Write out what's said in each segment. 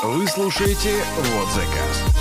Вы слушаете Вот Заказ.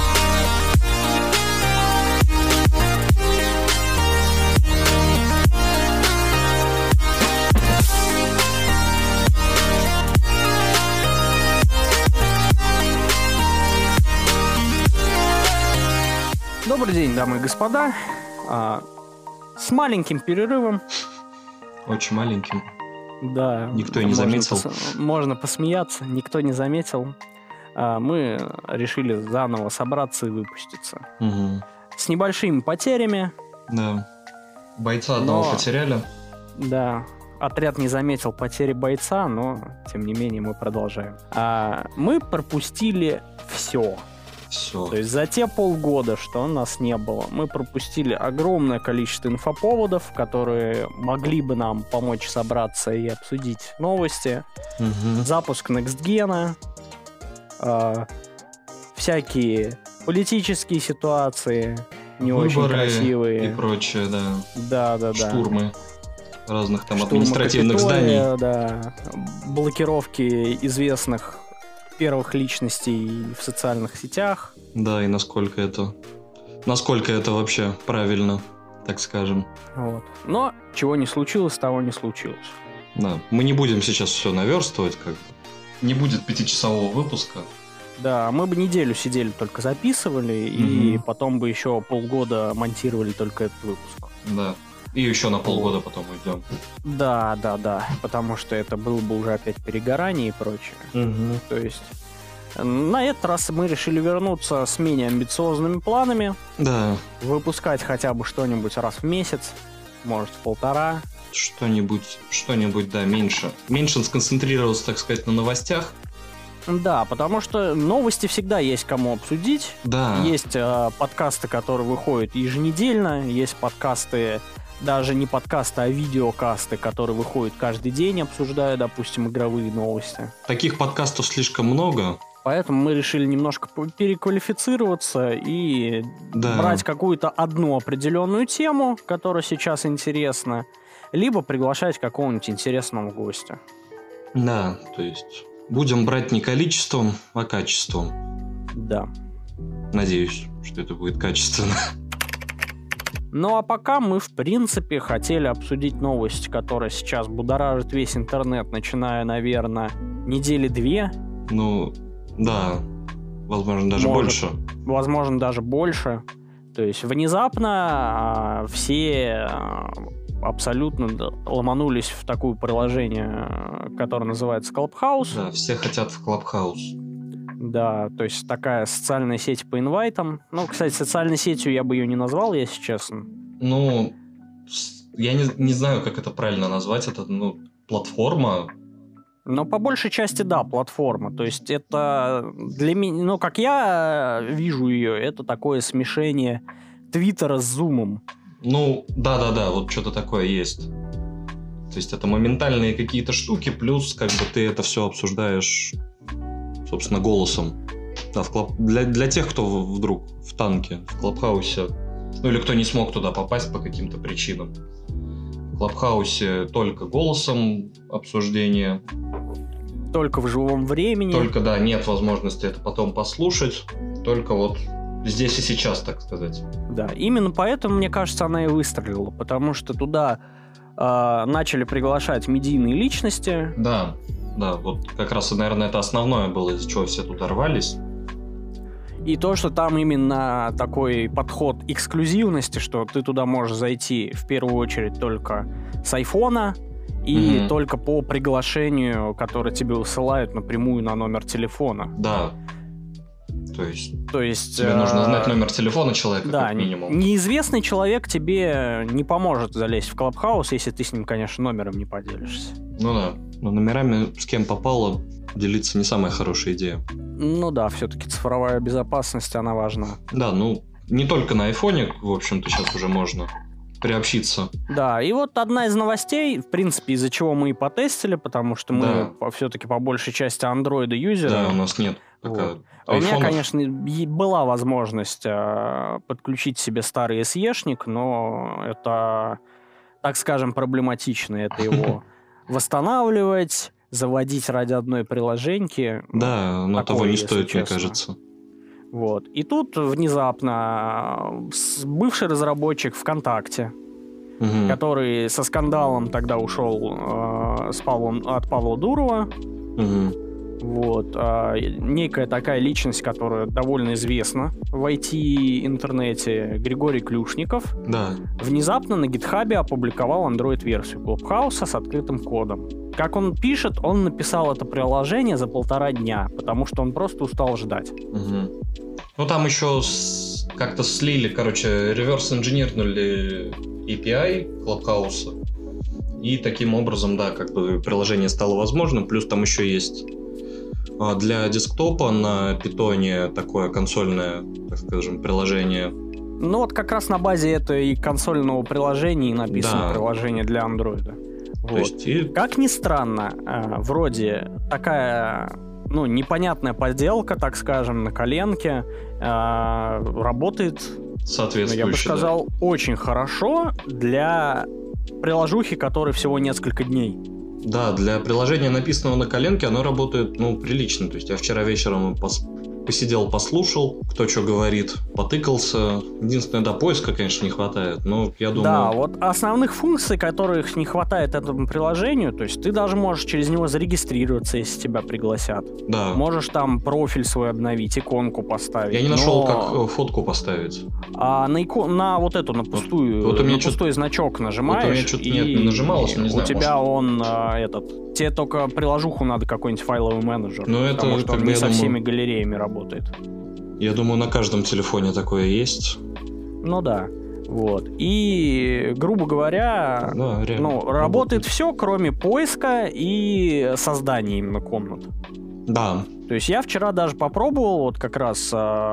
Добрый день, дамы и господа. С маленьким перерывом. Очень маленьким. Да. Никто и не заметил. Можно посмеяться, никто не заметил. Мы решили заново собраться и выпуститься. Угу. С небольшими потерями. Да. Бойца одного потеряли. Да. Отряд не заметил потери бойца, но, тем не менее, мы продолжаем. Мы пропустили все. То есть за те полгода, что нас не было, мы пропустили огромное количество инфоповодов, которые могли бы нам помочь собраться и обсудить новости. Запуск NextGen, всякие политические ситуации, не очень красивые. И прочее, да. Да. Штурмы разных там административных зданий. Да. Блокировки известных первых личностей в социальных сетях. Да, и насколько это вообще правильно, так скажем. Вот. Но чего не случилось, того не случилось. Да, мы не будем сейчас все наверстывать, как бы. Не будет 5-часового выпуска. Да, мы бы неделю сидели только записывали, и потом бы еще полгода монтировали только этот выпуск. Да. И еще на полгода потом уйдем. Да, потому что это было бы уже опять перегорание и прочее. То есть на этот раз мы решили вернуться с менее амбициозными планами. Да. Выпускать хотя бы что-нибудь раз в месяц, может, в полтора. Что-нибудь, да, меньше. Меньше сконцентрироваться, так сказать, на новостях. Да, потому что новости всегда есть кому обсудить. Да. Есть подкасты, которые выходят еженедельно, есть подкасты... Даже не подкасты, а видеокасты, которые выходят каждый день, обсуждая, допустим, игровые новости. Таких подкастов слишком много. Поэтому мы решили немножко переквалифицироваться и брать какую-то одну определенную тему, которая сейчас интересна, либо приглашать какого-нибудь интересного гостя. Да, то есть будем брать не количеством, а качеством. Да. Надеюсь, что это будет качественно. Ну а пока мы, в принципе, хотели обсудить новость, которая сейчас будоражит весь интернет, начиная, наверное, недели 2. Ну, да, возможно, даже больше. Возможно, даже больше. То есть внезапно все абсолютно ломанулись в такое приложение, которое называется Clubhouse. Да, все хотят в Clubhouse. Да, то есть такая социальная сеть по инвайтам. Ну, кстати, социальной сетью я бы ее не назвал, если честно. Ну, я не знаю, как это правильно назвать. Это, платформа. Но по большей части, да, платформа. То есть это для меня, как я вижу ее, это такое смешение Твиттера с Зумом. Ну, да, вот что-то такое есть. То есть это моментальные какие-то штуки, плюс как бы ты это все обсуждаешь... собственно, голосом. Да, для тех, кто вдруг в танке, в Клабхаусе, или кто не смог туда попасть по каким-то причинам. В Клабхаусе только голосом обсуждение. Только в живом времени. Только, да, нет возможности это потом послушать. Только вот здесь и сейчас, так сказать. Да, именно поэтому, мне кажется, она и выстрелила. Потому что туда начали приглашать медийные личности. Да, вот как раз, наверное, это основное было, из-за чего все туда рвались. И то, что там именно такой подход эксклюзивности, что ты туда можешь зайти в первую очередь только с айфона и только по приглашению, которое тебе высылают напрямую на номер телефона. Да. То есть тебе нужно знать номер телефона человека, да, как минимум. Неизвестный человек тебе не поможет залезть в Clubhouse, если ты с ним, конечно, номером не поделишься. Ну да. Но номерами с кем попало делиться не самая хорошая идея. Ну да, все-таки цифровая безопасность, она важна. Да, не только на айфоне, в общем-то, сейчас уже можно приобщиться. Да, и вот одна из новостей, в принципе, из-за чего мы и потестили, потому что мы все-таки по большей части андроида-юзеры. Да, у нас нет пока у меня, конечно, была возможность подключить себе старый SE-шник, но это, так скажем, проблематично. Это его восстанавливать, заводить ради одной приложеньки. Да, но того не стоит, мне кажется. Вот. И тут внезапно бывший разработчик ВКонтакте, который со скандалом тогда ушел от Павла Дурова, вот, некая такая личность, которая довольно известна в IT-интернете, Григорий Клюшников, внезапно на гитхабе опубликовал Android-версию Clubhouse с открытым кодом. Как он пишет, он написал это приложение за 1,5 дня, потому что он просто устал ждать. Ну, там еще как-то слили, реверс-инженернули API Clubhouse, и таким образом, да, как бы приложение стало возможным, плюс там еще есть для десктопа на питоне такое консольное, так скажем, приложение. Ну вот как раз на базе этой консольного приложения и написано приложение для Android. Вот. Как ни странно, вроде такая, непонятная подделка, так скажем, на коленке, работает, я бы сказал, очень хорошо для приложухи, которой всего несколько дней. Да, для приложения, написанного на коленке, оно работает, прилично. То есть я вчера вечером посидел, послушал, кто что говорит, потыкался. Единственное, поиска, конечно, не хватает, но я думаю... Да, вот основных функций, которых не хватает этому приложению, то есть ты даже можешь через него зарегистрироваться, если тебя пригласят. Да. Можешь там профиль свой обновить, иконку поставить. Я не нашел, как фотку поставить. А на вот эту, на пустую, на пустой значок нажимаешь, вот у меня что-то не нажималось, не знаю. У тебя он тебе только приложуху надо какой-нибудь файловый менеджер, потому что он не со всеми галереями работает. Я думаю, на каждом телефоне такое есть. Ну да. Вот. И, грубо говоря, работает все, кроме поиска и создания именно комнат. Да. То есть я вчера даже попробовал, вот как раз,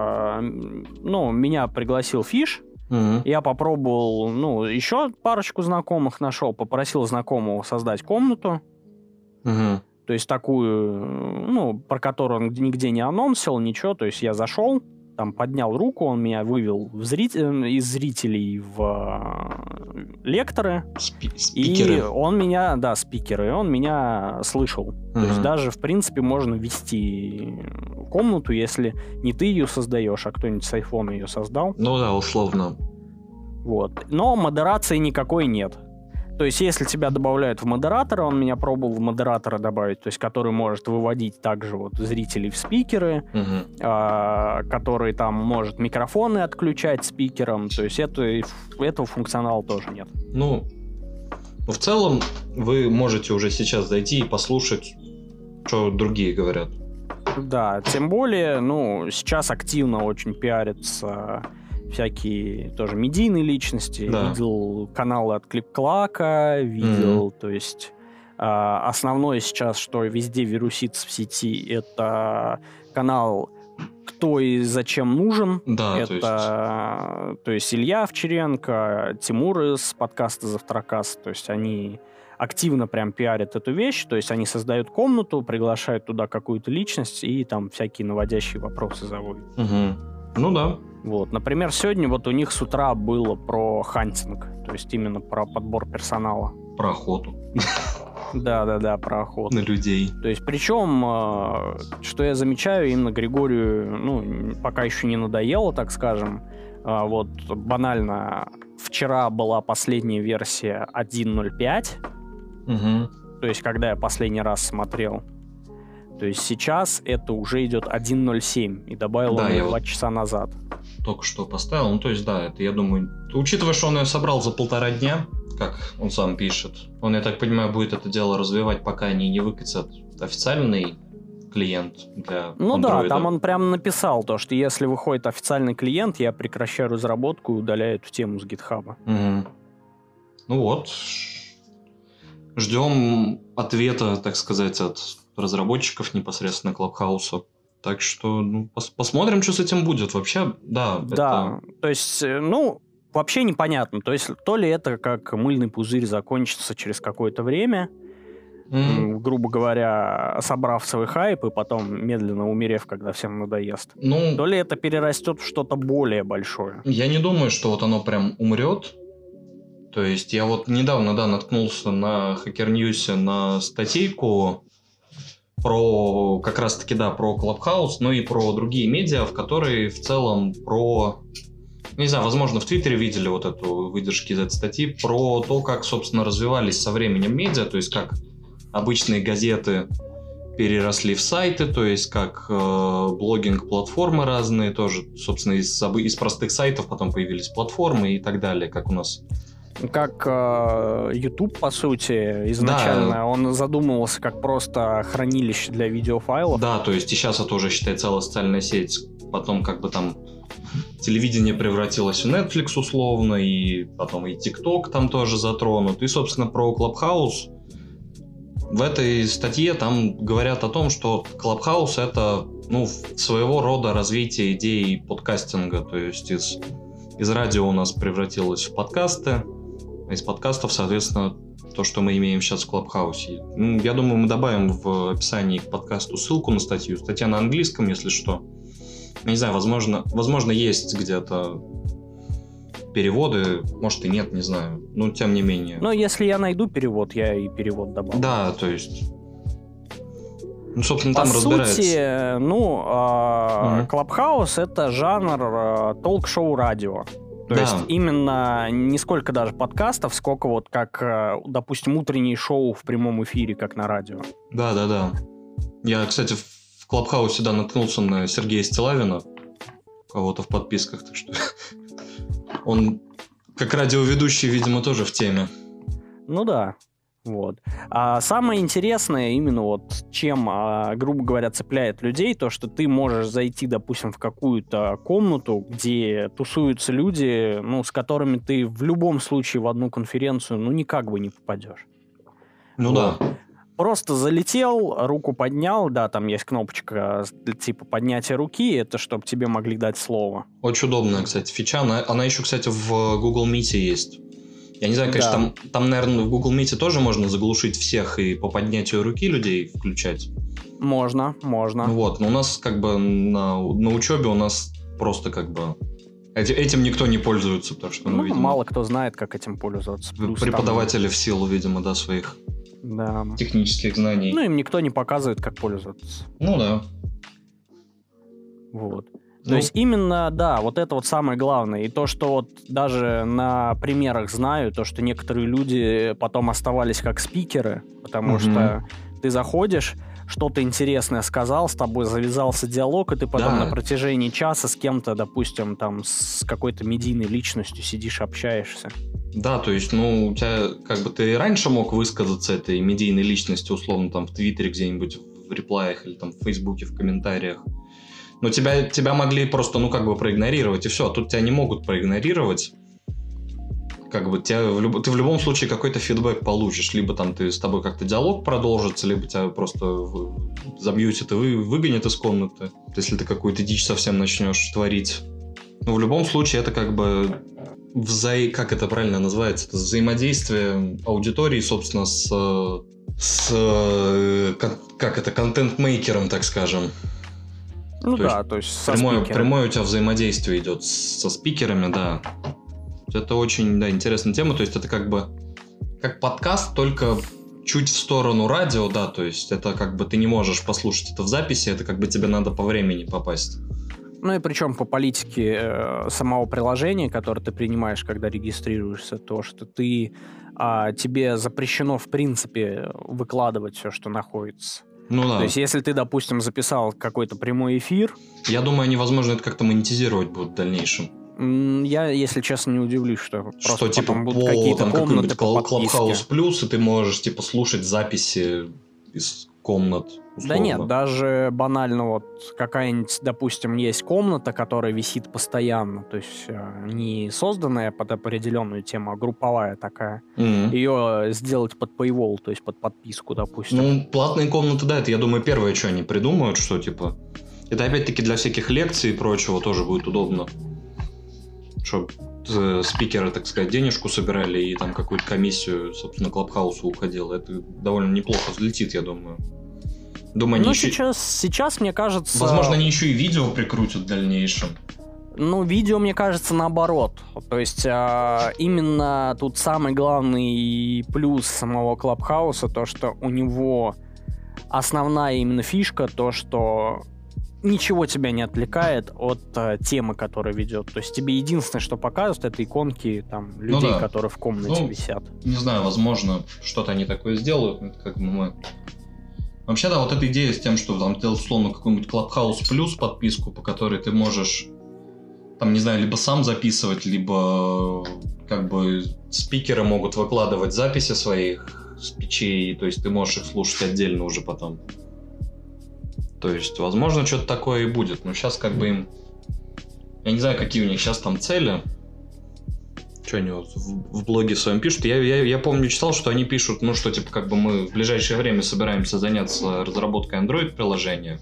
меня пригласил Фиш, я попробовал, еще парочку знакомых нашел, попросил знакомого создать комнату. То есть такую, про которую он нигде не анонсил, ничего. То есть я зашел, там поднял руку, он меня вывел из зрителей в лекторы. Спикеры. И он меня, спикеры, и он меня слышал. То есть даже, в принципе, можно ввести комнату, если не ты ее создаешь, а кто-нибудь с айфона ее создал. Ну да, условно. Вот. Но модерации никакой нет. То есть, если тебя добавляют в модератора, он меня пробовал в модератора добавить, то есть, который может выводить также зрителей в спикеры, который там может микрофоны отключать спикером, то есть, этого функционала тоже нет. В целом, вы можете уже сейчас зайти и послушать, что другие говорят. Да, тем более, сейчас активно очень пиарятся всякие тоже медийные личности. Да. Видел каналы от Клик-Клака, видел, то есть основное сейчас, что везде вирусится в сети, это канал «Кто и зачем нужен». Да, это, то есть Илья Овчаренко, Тимур из подкаста «Завтракаст», то есть они активно прям пиарят эту вещь, то есть они создают комнату, приглашают туда какую-то личность и там всякие наводящие вопросы заводят. Ну да. Вот, например, сегодня у них с утра было про хантинг, то есть именно про подбор персонала. Про охоту. Да, про охоту. На людей. То есть, причем, что я замечаю, именно Григорию, пока еще не надоело, так скажем. Вот, банально, вчера была последняя версия 1.05, то есть, когда я последний раз смотрел. То есть сейчас это уже идет 1.07, и добавил он 2 часа назад. Только что поставил, то есть, да, это, я думаю, учитывая, что он ее собрал за 1,5 дня, как он сам пишет, он, я так понимаю, будет это дело развивать, пока они не выкатят официальный клиент для Android. Да, там он прям написал то, что если выходит официальный клиент, я прекращаю разработку и удаляю эту тему с GitHub. Ждем ответа, так сказать, от разработчиков непосредственно Clubhouse. Так что посмотрим, что с этим будет. Вообще, да. Да, то есть, вообще непонятно. То есть, то ли это как мыльный пузырь закончится через какое-то время, грубо говоря, собрав свой хайп и потом медленно умерев, когда всем надоест. То ли это перерастет в что-то более большое. Я не думаю, что оно прям умрет. То есть, я недавно, наткнулся на Hacker News на статейку про как раз-таки, да, про Clubhouse, но и про другие медиа, в которые в целом про... Не знаю, возможно, в Твиттере видели вот эту выдержки из этой статьи про то, как, собственно, развивались со временем медиа, то есть как обычные газеты переросли в сайты, то есть как блогинг-платформы разные тоже, собственно, из простых сайтов потом появились платформы и так далее, как у нас. Как YouTube, по сути, изначально, да. Он задумывался как просто хранилище для видеофайлов. Да, то есть и сейчас это уже, считай, целая социальная сеть. Потом как бы там телевидение превратилось в Netflix условно, и потом и TikTok там тоже затронут. И, собственно, про Clubhouse в этой статье там говорят о том, что Clubhouse — это, ну, своего рода развитие идеи подкастинга. То есть из радио у нас превратилось в подкасты, а из подкастов, соответственно, то, что мы имеем сейчас в Clubhouse. Я думаю, мы добавим в описании к подкасту ссылку на статью. Статья на английском, если что. Не знаю, возможно, есть где-то переводы, может и нет, не знаю. Но тем не менее. Но если я найду перевод, я и перевод добавлю. Да, то есть... Ну, собственно, там разбирается. По сути, Clubhouse — это жанр ток-шоу радио. То есть именно не сколько даже подкастов, сколько вот как, допустим, утреннее шоу в прямом эфире, как на радио. Да. Я, кстати, в Клабхаусе, да, наткнулся на Сергея Стилавина, у кого-то в подписках, так что он как радиоведущий, видимо, тоже в теме. Ну да. Вот. А самое интересное именно вот чем, грубо говоря, цепляет людей, то, что ты можешь зайти, допустим, в какую-то комнату, где тусуются люди, ну, с которыми ты в любом случае в одну конференцию, ну, никак бы не попадешь. Ну вот. Да. Просто залетел, руку поднял, да, там есть кнопочка типа поднятия руки, это чтобы тебе могли дать слово. Очень удобная, кстати, фича. Она еще, кстати, в Google Meet есть. Я не знаю, конечно, там, наверное, в Google Meet тоже можно заглушить всех и по поднятию руки людей включать. Можно. Вот, но у нас как бы на учебе у нас просто как бы этим никто не пользуется, потому что, видимо, мало кто знает, как этим пользоваться. Плюс преподаватели в силу, видимо, своих технических знаний. Ну, им никто не показывает, как пользоваться. Ну да. Вот. То есть именно, да, вот это вот самое главное. И то, что вот даже на примерах знаю, то, что некоторые люди потом оставались как спикеры, потому что ты заходишь, что-то интересное сказал, с тобой завязался диалог, и ты потом на протяжении часа с кем-то, допустим, там, с какой-то медийной личностью сидишь, общаешься. Да, то есть, у тебя, как бы, ты раньше мог высказаться этой медийной личности, условно, там, в Твиттере где-нибудь, в реплаях, или там в Фейсбуке, в комментариях. Но тебя могли просто, проигнорировать, и все. А тут тебя не могут проигнорировать. Как бы ты в любом случае какой-то фидбэк получишь. Либо там с тобой как-то диалог продолжится, либо тебя просто забьются, выгонят из комнаты, если ты какую-то дичь совсем начнешь творить. Но в любом случае это как бы как это правильно называется? Это взаимодействие аудитории, собственно, с контент-мейкером, так скажем. То есть со прямое у тебя взаимодействие идет со спикерами, да. Это очень, интересная тема. То есть это как бы как подкаст, только чуть в сторону радио, да. То есть это как бы ты не можешь послушать это в записи, это как бы тебе надо по времени попасть. Ну и причем по политике самого приложения, которое ты принимаешь, когда регистрируешься, то, что тебе запрещено в принципе выкладывать все, что находится. То есть, если ты, допустим, записал какой-то прямой эфир... Я думаю, они, возможно, это как-то монетизировать будут в дальнейшем. Я, если честно, не удивлюсь, что просто типа будут какие-то комнаты по подписке. Clubhouse Plus, и ты можешь, слушать записи из комнат, условно. Да нет, даже банально вот какая-нибудь, допустим, есть комната, которая висит постоянно, то есть не созданная под определенную тему, а групповая такая. Ее сделать под paywall, то есть под подписку, допустим. Платные комнаты, да, это, я думаю, первое, что они придумают, что, это опять-таки для всяких лекций и прочего тоже будет удобно. Чтобы спикеры, так сказать, денежку собирали и там какую-то комиссию, собственно, Клабхаусу уходило. Это довольно неплохо взлетит, я думаю. Сейчас, мне кажется... Возможно, они еще и видео прикрутят в дальнейшем. Видео, мне кажется, наоборот. То есть, именно тут самый главный плюс самого Клабхауса, то, что у него основная именно фишка то, что ничего тебя не отвлекает от темы, которая ведет. То есть тебе единственное, что показывают, это иконки там людей, которые в комнате висят. Не знаю, возможно, что-то они такое сделают, как бы мы... Вообще, да, вот эта идея с тем, что там делать условно какой-нибудь Clubhouse Plus подписку, по которой ты можешь, там, не знаю, либо сам записывать, либо как бы спикеры могут выкладывать записи своих спичей, то есть ты можешь их слушать отдельно уже потом. То есть, возможно, что-то такое и будет, но сейчас как бы им... Я не знаю, какие у них сейчас там цели. Что они вот в блоге своем пишут? Я помню, читал, что они пишут, ну что, типа, как бы мы в ближайшее время собираемся заняться разработкой Android-приложения.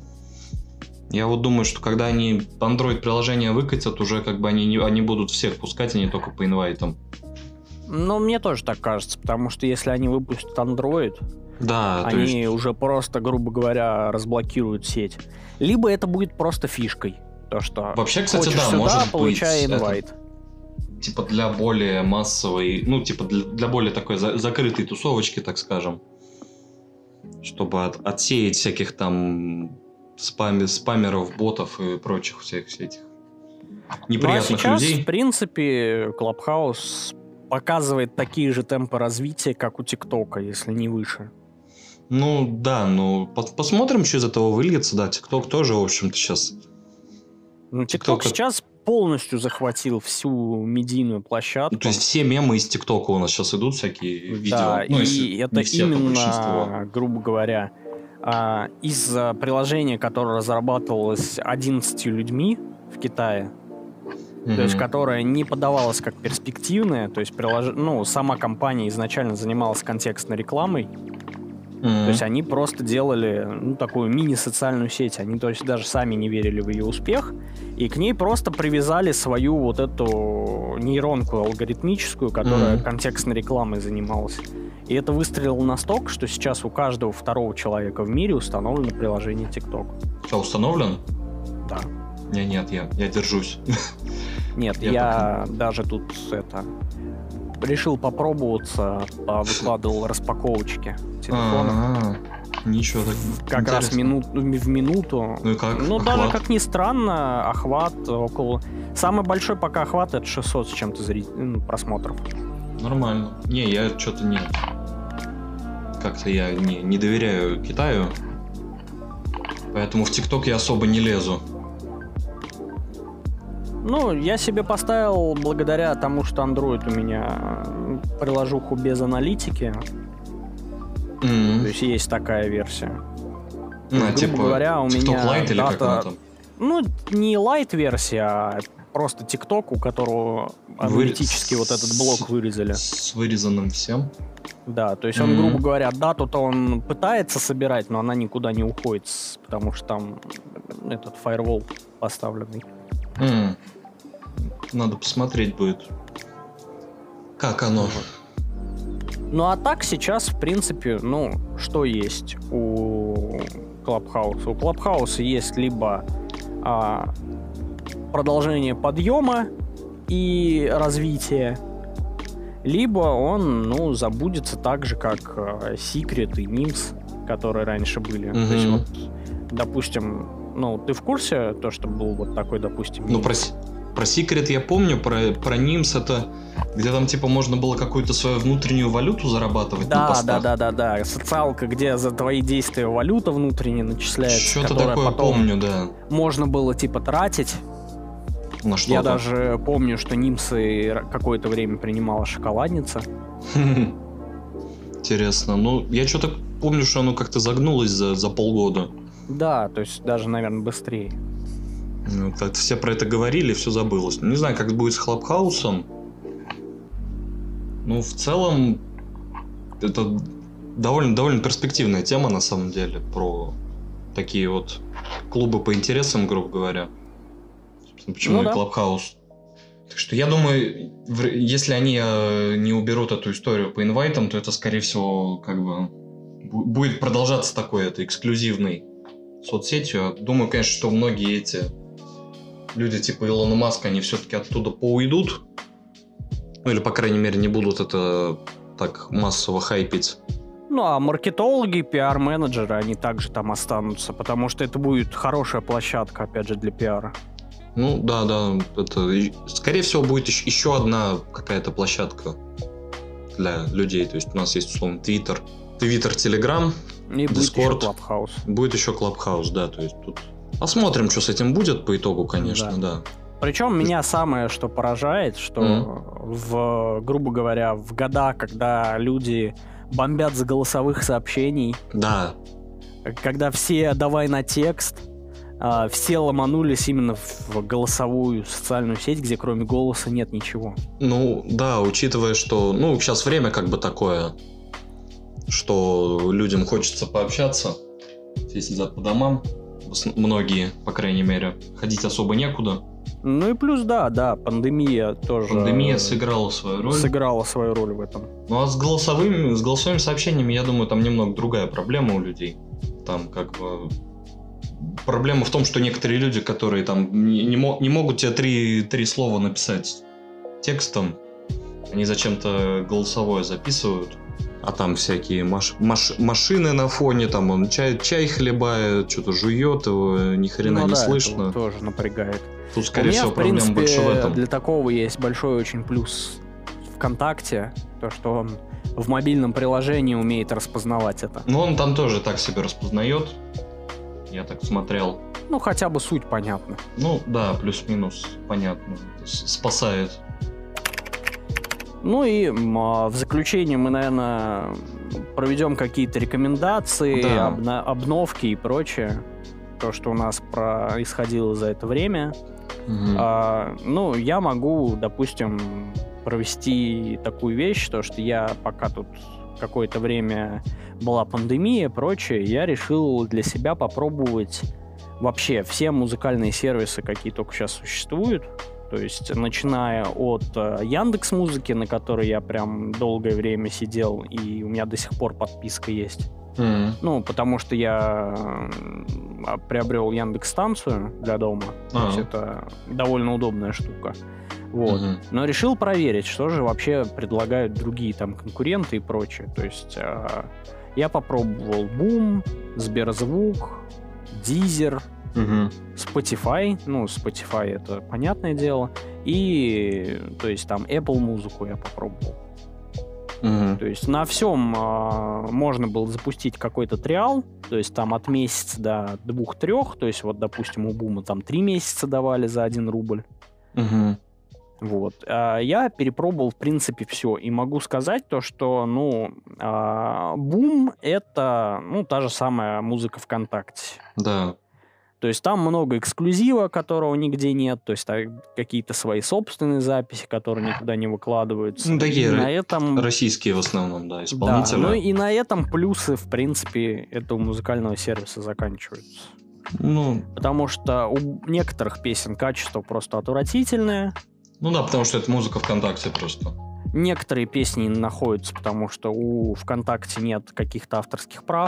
Я вот думаю, что когда они Android-приложение выкатят, уже как бы они будут всех пускать, а не только по инвайтам. Ну, мне тоже так кажется, потому что если они выпустят Android, да, они уже просто, грубо говоря, разблокируют сеть. Либо это будет просто фишкой. То, что вообще, кстати, хочешь да, сюда, может получай быть, инвайт. Типа для более массовой, ну, типа для более такой закрытой тусовочки, так скажем. Чтобы отсеять всяких там спамеров, ботов и прочих всех этих неприятных сейчас, людей. В принципе, Clubhouse показывает такие же темпы развития, как у ТикТока, если не выше. Ну, да, ну, посмотрим, что из этого выльется. Да, ТикТок тоже, в общем-то, сейчас... Ну, ТикТок сейчас полностью захватил всю медийную площадку. То есть все мемы из ТикТока у нас сейчас идут, всякие видео. Да, ну, и это все, именно, грубо говоря, из приложения, которое разрабатывалось 11 людьми в Китае, то есть которое не подавалось как перспективное, то есть сама компания изначально занималась контекстной рекламой, то есть они просто делали такую мини-социальную сеть, они то есть даже сами не верили в ее успех, и к ней просто привязали свою вот эту нейронку алгоритмическую, которая контекстной рекламой занималась. И это выстрелило настолько, что сейчас у каждого второго человека в мире установлено приложение TikTok. Что, установлен? Да. Нет, я держусь. Нет, я даже тут решил попробоваться, выкладывал распаковочки телефона. Ничего так. Как раз в минуту. Ну и как? Ну, охват? даже, как ни странно, охват около... Самый большой пока охват — это 600 с чем-то просмотров. Нормально. Не, я что-то не... Как-то я не доверяю Китаю. Поэтому в ТикТок я особо не лезу. Ну, я себе поставил, благодаря тому, что Android у меня приложуху без аналитики. То есть есть такая версия. Грубо типа говоря, у TikTok меня Lite или как она там? Ну, не Lite-версия, а просто TikTok, у которого аналитически вот этот блок вырезали. С вырезанным всем? Да, то есть он, грубо говоря, дату-то он пытается собирать, но она никуда не уходит, потому что там этот фаервол поставленный. Надо посмотреть будет, как оно. Ну, а так сейчас, в принципе, что есть у Clubhouse? У Clubhouse есть либо продолжение подъема и развития, либо он, забудется так же, как Secret и NIMS, которые раньше были. То есть, вот, допустим, ты в курсе, то, что был вот такой, допустим... Ну, про Secret я помню, про NIMS это... Где там, типа, можно было какую-то свою внутреннюю валюту зарабатывать на постах. Да. Социалка, где за твои действия валюта внутренне начисляется. Что-то такое потом помню, да. Можно было, типа, тратить. На что-то. Я даже помню, что Нимсы какое-то время принимала шоколадница. Интересно. Ну, я что-то помню, что оно как-то загнулось за полгода. Да, то есть даже, наверное, быстрее. Как-то все про это говорили, все забылось. Не знаю, как будет с Клабхаусом. Ну, в целом, это довольно перспективная тема, на самом деле, про такие вот клубы по интересам, грубо говоря. Почему и Клабхаус. Так что я думаю, если они не уберут эту историю по инвайтам, то это, скорее всего, как бы будет продолжаться такой эксклюзивной соцсетью. Думаю, конечно, что многие эти люди типа Илона Маска, они все-таки оттуда поуйдут. Ну, или, по крайней мере, не будут это так массово хайпить. Ну, а маркетологи, пиар-менеджеры, они также там останутся, потому что это будет хорошая площадка, опять же, для пиара. Ну, да, это, скорее всего, будет еще одна какая-то площадка для людей. То есть у нас есть, условно, Twitter, Telegram, и Discord. Будет еще Clubhouse. Будет еще Clubhouse, да. То есть тут посмотрим, что с этим будет по итогу, конечно, да. Причем меня самое, что поражает, что грубо говоря, в года, когда люди бомбят за голосовых сообщений, да, когда все давай на текст, все ломанулись именно в голосовую социальную сеть, где кроме голоса нет ничего. Ну, да, учитывая, что, сейчас время как бы такое, что людям хочется пообщаться, все сидят по домам, многие, по крайней мере, ходить особо некуда. Ну и плюс, да, пандемия тоже... Пандемия сыграла свою роль. Сыграла свою роль в этом. Ну а с голосовыми сообщениями, я думаю, там немного другая проблема у людей. Там как бы... Проблема в том, что некоторые люди, которые там не могут тебе три слова написать текстом, они зачем-то голосовое записывают, а там всякие машины на фоне, там он чай хлебает, что-то жует, его ни хрена не слышно. Это тоже напрягает. Тут, скорее всего, проблема больше в этом. Для такого есть большой очень плюс ВКонтакте, то, что он в мобильном приложении умеет распознавать это. Ну, он там тоже так себе распознает. Я так смотрел. Ну, хотя бы суть понятна. Ну, да, плюс-минус понятно. Спасает. Ну и в заключение мы, наверное, проведем какие-то рекомендации, да. обновки и прочее. То, что у нас происходило за это время. Угу. Я могу, допустим, провести такую вещь, то, что я пока тут какое-то время была пандемия и прочее, я решил для себя попробовать вообще все музыкальные сервисы, какие только сейчас существуют. То есть, начиная от Яндекс.Музыки, на которой я прям долгое время сидел, и у меня до сих пор подписка есть. Потому что я приобрел Яндекс.Станцию для дома. То есть это довольно удобная штука. Вот. Но решил проверить, что же вообще предлагают другие там конкуренты и прочее. То есть я попробовал Boom, Сберзвук, Deezer, Spotify. Spotify это понятное дело. И, то есть, там Apple музыку я попробовал. То есть на всем можно было запустить какой-то триал, то есть там от месяца до 2-3, то есть вот, допустим, у Бума там 3 месяца давали за 1 рубль. Вот. Я перепробовал, в принципе, все. И могу сказать то, что, Boom — это, та же самая музыка ВКонтакте. Да. То есть там много эксклюзива, которого нигде нет, то есть какие-то свои собственные записи, которые никуда не выкладываются. Такие на этом... российские в основном, да, исполнители. Да, и на этом плюсы, в принципе, этого музыкального сервиса заканчиваются. Потому что у некоторых песен качество просто отвратительное. Потому что это музыка ВКонтакте просто. Некоторые песни не находятся, потому что у ВКонтакте нет каких-то авторских прав.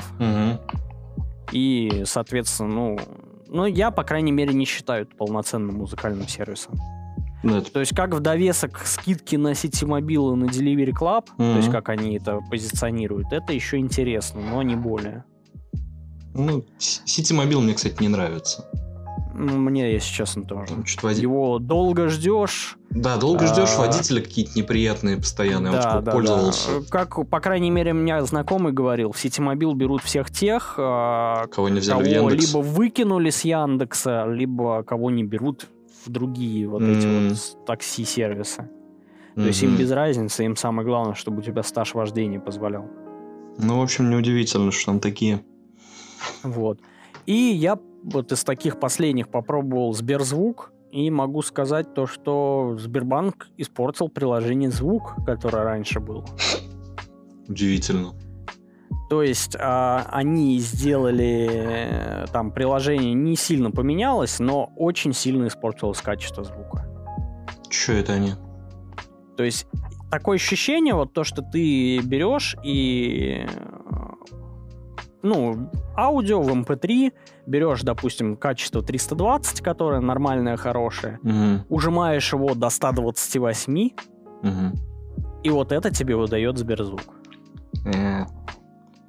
И, соответственно, я, по крайней мере, не считаю это полноценным музыкальным сервисом. То есть, как в довесок скидки на Ситимобил и на Delivery Club, то есть, как они это позиционируют, это еще интересно, но не более. Ситимобил мне, кстати, не нравится. Мне, если честно, тоже. Его долго ждешь. Да, долго ждешь, водители какие-то неприятные постоянно. Я пользовался. Как, по крайней мере, меня знакомый говорил, в Ситимобил берут всех тех, кого не взяли в Яндекс. Либо выкинули с Яндекса, либо кого не берут в другие вот эти вот такси-сервисы. То есть им без разницы, им самое главное, чтобы у тебя стаж вождения позволял. В общем, неудивительно, что там такие. Вот. И я вот из таких последних попробовал Сберзвук, и могу сказать то, что Сбербанк испортил приложение «Звук», которое раньше было. Удивительно. То есть они сделали, там приложение не сильно поменялось, но очень сильно испортилось качество звука. Чё это они? То есть такое ощущение, вот то, что ты берешь и... аудио в MP3, берешь, допустим, качество 320, которое нормальное, хорошее, ужимаешь его до 128, и вот это тебе выдает Сберзвук.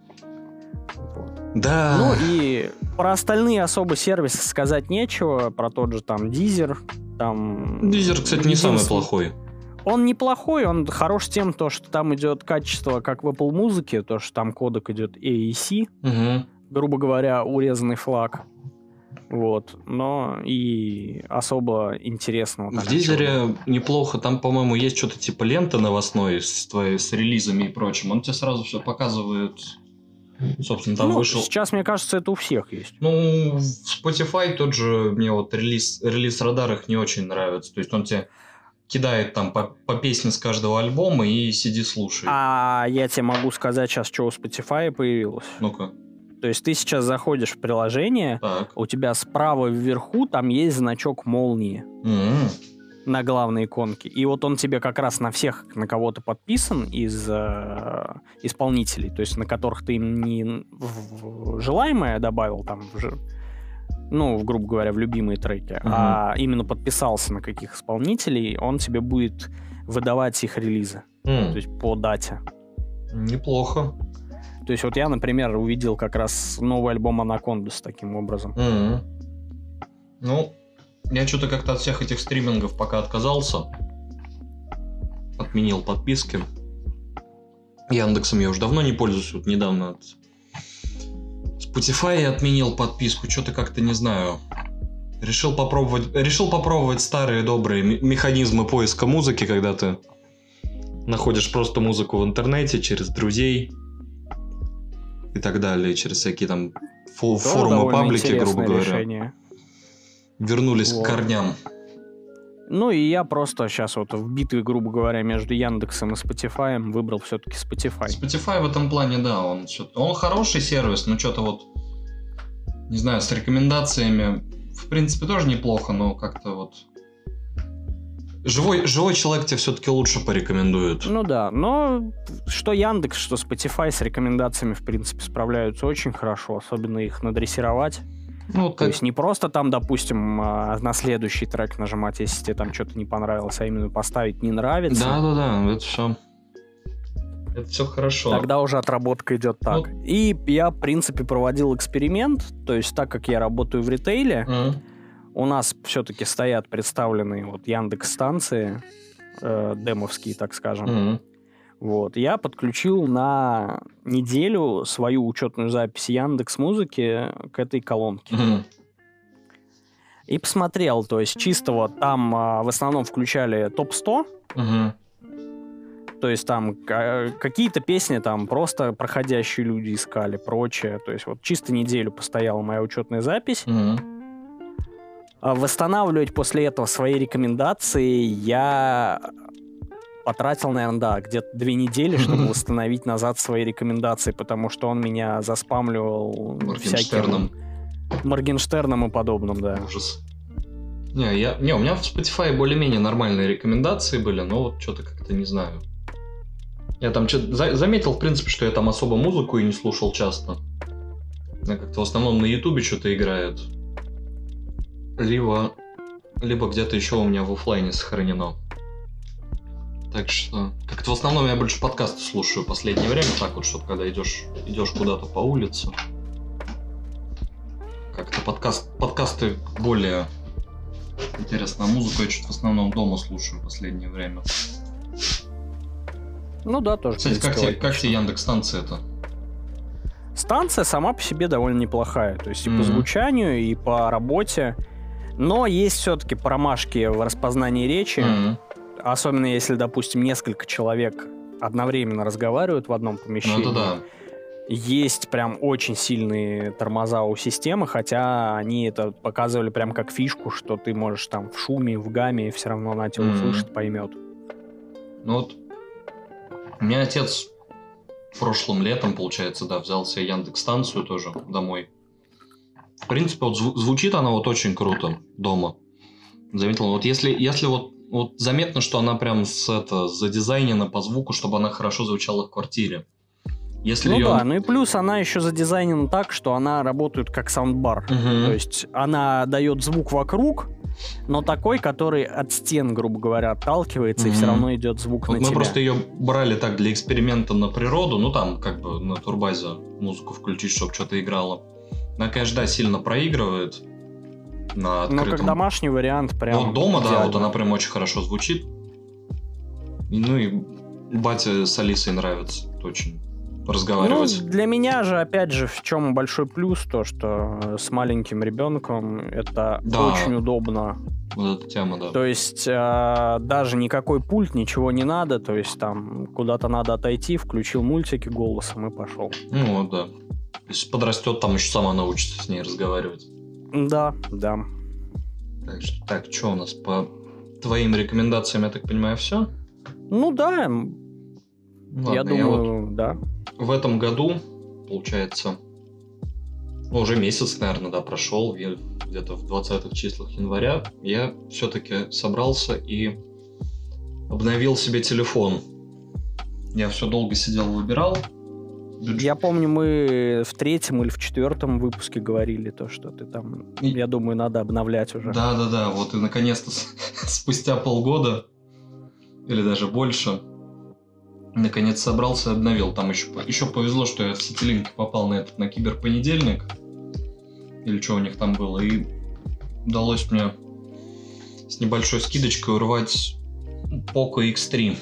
Да. Ну и про остальные особо сервисы сказать нечего. Про тот же там Deezer. Deezer, кстати, не самый плохой. Он неплохой, он хорош тем, что там идет качество, как в Apple Music, то, что там кодек идет AAC, грубо говоря, урезанный флаг. Вот. Но и особо интересного. В Дизере неплохо. Там, по-моему, есть что-то типа ленты новостной с релизами и прочим. Он тебе сразу все показывает. Собственно, там вышел. Сейчас, мне кажется, это у всех есть. Ну, в Spotify тот же мне вот релиз радар их не очень нравится. То есть он тебе кидает там по песне с каждого альбома и сиди слушай. А я тебе могу сказать сейчас, что у Spotify появилось. Ну-ка. То есть ты сейчас заходишь в приложение, так. У тебя справа вверху там есть значок молнии на главной иконке. И вот он тебе как раз на всех, на кого ты подписан из исполнителей, то есть на которых ты им не в желаемое добавил, там, грубо говоря, в любимые треки, а именно подписался на каких исполнителей, он тебе будет выдавать их релизы. То есть по дате. Неплохо. То есть вот я, например, увидел как раз новый альбом Анакондас таким образом. Ну, я что-то как-то от всех этих стримингов пока отказался. Отменил подписки. Яндексом я уже давно не пользуюсь. Вот недавно от Spotify я отменил подписку. Что-то как-то не знаю. Решил попробовать старые добрые механизмы поиска музыки, когда ты находишь просто музыку в интернете через друзей и так далее, через всякие там форумы, паблики, грубо говоря. Решение. Вернулись к корням. Ну и я просто сейчас вот в битве, грубо говоря, между Яндексом и Spotify выбрал все-таки Spotify. Spotify в этом плане, да, он хороший сервис, но что-то вот, не знаю, с рекомендациями в принципе тоже неплохо, но как-то вот живой человек тебе все-таки лучше порекомендует. Ну да, но что Яндекс, что Spotify с рекомендациями в принципе справляются очень хорошо, особенно их надрессировать. То есть не просто там, допустим, на следующий трек нажимать, если тебе там что-то не понравилось, а именно поставить «не нравится». Да, это все хорошо. Тогда уже отработка идет так. И я, в принципе, проводил эксперимент, то есть так как я работаю в ритейле, у нас все-таки стоят представленные вот Яндекс-станции, демовские, так скажем. Вот. Я подключил на неделю свою учетную запись Яндекс.Музыки к этой колонке. И посмотрел, то есть чисто вот там в основном включали топ-100. То есть там какие-то песни там просто проходящие люди искали, прочее. То есть вот чисто неделю постояла моя учетная запись. Восстанавливать после этого свои рекомендации я потратил, наверное, где-то 2 недели, чтобы восстановить назад свои рекомендации, потому что он меня заспамливал всяким Моргенштерном и подобным, да. Ужас. Не, у меня в Spotify более-менее нормальные рекомендации были, но вот что-то как-то не знаю. Я там что-то заметил, в принципе, что я там особо музыку и не слушал часто. Я как-то в основном на Ютубе что-то играет. Либо где-то еще у меня в офлайне сохранено. Так что как-то в основном я больше подкасты слушаю в последнее время, так вот, чтобы когда идешь куда-то по улице. Как-то подкасты более интересно. А музыку я что-то в основном дома слушаю в последнее время. Ну да, тоже. Кстати, как тебе Яндекс-станция-то? Станция сама по себе довольно неплохая. То есть и по звучанию, и по работе. Но есть все-таки промашки в распознании речи. Особенно если, допустим, несколько человек одновременно разговаривают в одном помещении. Ну, да. Есть прям очень сильные тормоза у системы, хотя они это показывали прям как фишку, что ты можешь там в шуме, в гамме все равно она тебя услышит, поймет. Ну вот, у меня отец прошлым летом, получается, да, взял себе Яндекс-станцию тоже домой. В принципе, вот звучит она вот очень круто дома. Заметил, вот если вот заметно, что она прям задизайнена по звуку, чтобы она хорошо звучала в квартире. Да, и плюс она еще задизайнена так, что она работает как саундбар. То есть она дает звук вокруг, но такой, который от стен, грубо говоря, отталкивается, и все равно идет звук на тебя. Мы просто ее брали так для эксперимента на природу, ну там как бы на турбазе музыку включить, чтобы что-то играло. Она, конечно, да, сильно проигрывает на открытом. Но как домашний вариант прям. Вот дома, идеально. да, вот она прям очень хорошо звучит. Ну и батя с Алисой нравится очень разговаривать. Ну, для меня же, опять же, в чем большой плюс, то, что с маленьким ребенком это очень удобно. Вот эта тема, да. То есть даже никакой пульт, ничего не надо, то есть там куда-то надо отойти, включил мультики голосом и пошел. Ну вот, да. Если подрастет, там еще сама научится с ней разговаривать. Да. Так, что у нас по твоим рекомендациям, я так понимаю, все? Ну да, Ладно, я думаю, да. В этом году, получается, уже месяц, наверное, да, прошел, где-то в 20-х числах января, я все-таки собрался и обновил себе телефон. Я все долго сидел, выбирал. Я помню, мы в 3-м или в 4-м выпуске говорили то, что ты там, я думаю, надо обновлять уже. Да, вот и наконец-то спустя полгода, или даже больше, наконец собрался и обновил. Там еще повезло, что я в Ситилинк попал на киберпонедельник, или что у них там было, и удалось мне с небольшой скидочкой урвать Poco X3.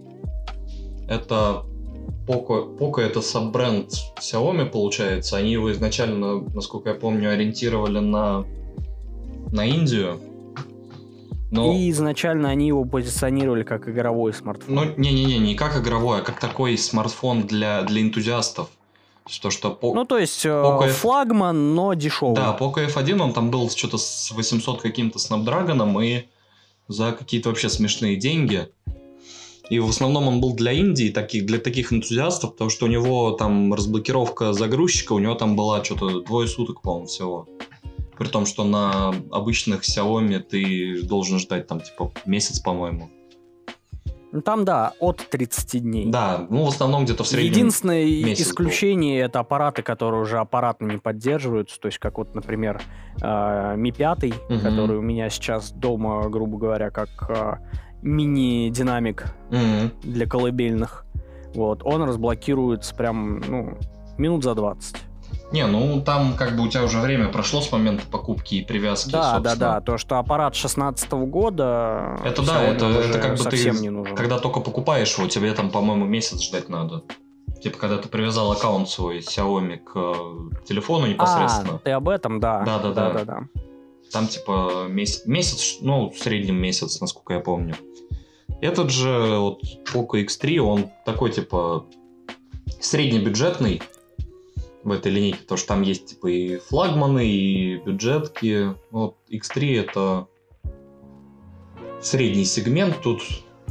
Это Poco это саббренд Xiaomi, получается. Они его изначально, насколько я помню, ориентировали на Индию. Но... И изначально они его позиционировали как игровой смартфон. Ну, не как игровой, а как такой смартфон для энтузиастов. То, что то есть флагман, но дешевый. Да, Poco F1, он там был что-то с 800 каким-то снапдрагоном и за какие-то вообще смешные деньги. И в основном он был для Индии, для таких энтузиастов, потому что у него там разблокировка загрузчика, у него там была что-то 2 суток, по-моему, всего. При том, что на обычных Xiaomi ты должен ждать там типа месяц, по-моему. Там, да, от 30 дней. Да, в основном где-то в среднем единственное исключение — это аппараты, которые уже аппаратно не поддерживаются. То есть, как вот, например, Mi 5, который у меня сейчас дома, грубо говоря, как мини-динамик для колыбельных. Вот, он разблокируется прям, минут за 20. Не, там как бы у тебя уже время прошло с момента покупки и привязки, собственно. Да, то, что аппарат 16-го года... Это да, это как бы совсем не нужен. Когда только покупаешь его, тебе там, по-моему, месяц ждать надо. Типа, когда ты привязал аккаунт свой Xiaomi к телефону непосредственно. Ты об этом, да. Да. Там типа месяц, в среднем месяц, насколько я помню. Этот же вот Poco X3, он такой типа среднебюджетный в этой линейке, потому что там есть типа и флагманы, и бюджетки. Вот X3 это средний сегмент. Тут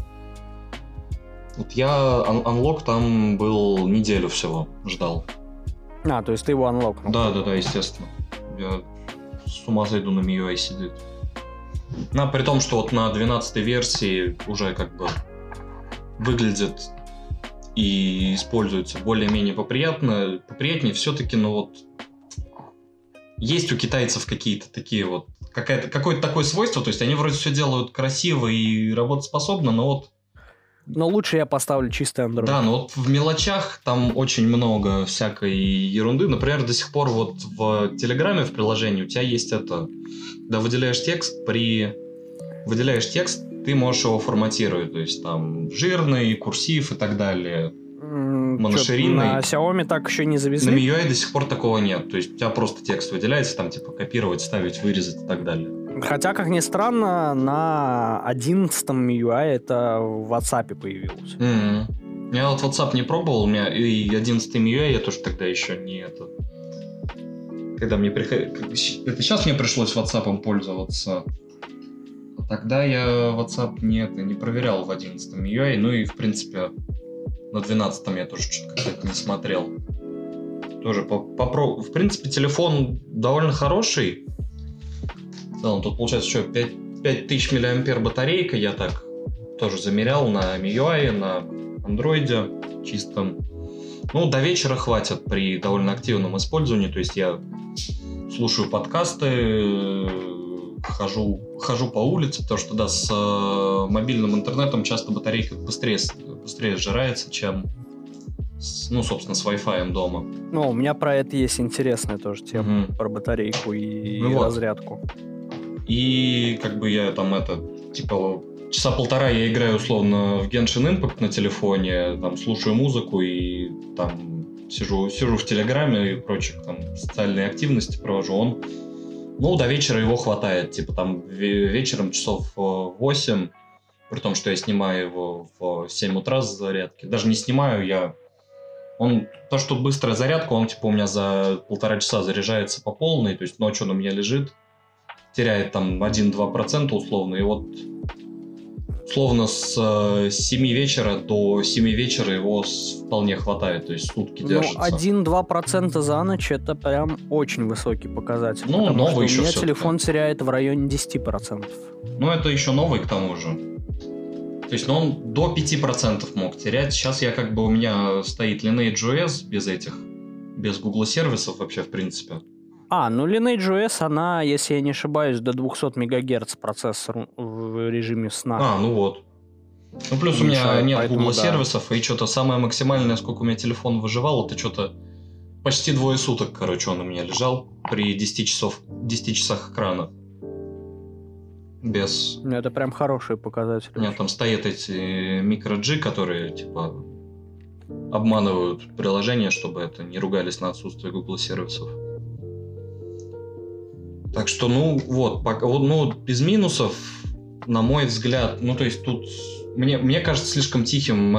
вот я анлок там был неделю всего ждал. То есть ты его анлокнул? Да, естественно. Я с ума сойду, на MIUI сидит. При том, что вот на 12-й версии уже как бы выглядит и используется более-менее поприятнее все-таки, есть у китайцев какие-то такие вот, какое-то такое свойство, то есть они вроде все делают красиво и работоспособно, но лучше я поставлю чистый Android. Да, но вот в мелочах там очень много всякой ерунды. Например, до сих пор вот в Телеграме, в приложении у тебя есть это, когда выделяешь текст, ты можешь его форматировать, то есть там жирный, курсив и так далее. Моноширинный. На Xiaomi так еще не завезли? На MIUI до сих пор такого нет. То есть у тебя просто текст выделяется, там типа копировать, ставить, вырезать и так далее. Хотя, как ни странно, на 11-м MIUI это в WhatsApp появилось. Я вот WhatsApp не пробовал, у меня и 11-й MIUI я тоже тогда еще не это... Когда мне это сейчас мне пришлось WhatsApp пользоваться. А тогда я WhatsApp не проверял в 11-м MIUI, и в принципе на 12-м я тоже что-то как-то не смотрел. Тоже в принципе телефон довольно хороший. В целом тут получается что, 5000 мАh батарейка, я так тоже замерял на MIUI, на Android чистом. До вечера хватит при довольно активном использовании, то есть я слушаю подкасты, хожу по улице, потому что, да, с мобильным интернетом часто батарейка быстрее сжирается, чем, собственно, с Wi-Fi дома. Ну, у меня про это есть интересная тоже тема, про батарейку и разрядку. И как бы я там часа полтора я играю условно в Genshin Impact на телефоне, там слушаю музыку и там сижу в Телеграме и прочих там социальные активности провожу. До вечера его хватает, там вечером часов 8, при том, что я снимаю его в 7 утра с зарядки. Даже не снимаю, то, что быстрая зарядка, он у меня за 1,5 часа заряжается по полной, то есть ночью он у меня лежит, теряет там 1-2% условно, и вот условно с 7 вечера до 7 вечера его вполне хватает, то есть сутки держится. 1-2% за ночь это прям очень высокий показатель. Новый еще. У меня телефон теряет в районе 10%. Это еще новый к тому же. То есть, он до 5% мог терять. Сейчас у меня стоит Lineage OS без Google сервисов вообще в принципе. Lineage OS, она, если я не ошибаюсь, до 200 МГц процессор в режиме сна. Плюс у меня нет Google сервисов, и что-то самое максимальное, сколько у меня телефон выживал, это что-то почти 2 суток, он у меня лежал при 10 часах экрана. Это прям хорошие показатели. У меня там стоят эти microG, которые, обманывают приложение, чтобы это не ругались на отсутствие Google сервисов. Так что, без минусов, на мой взгляд, то есть тут мне кажется слишком тихим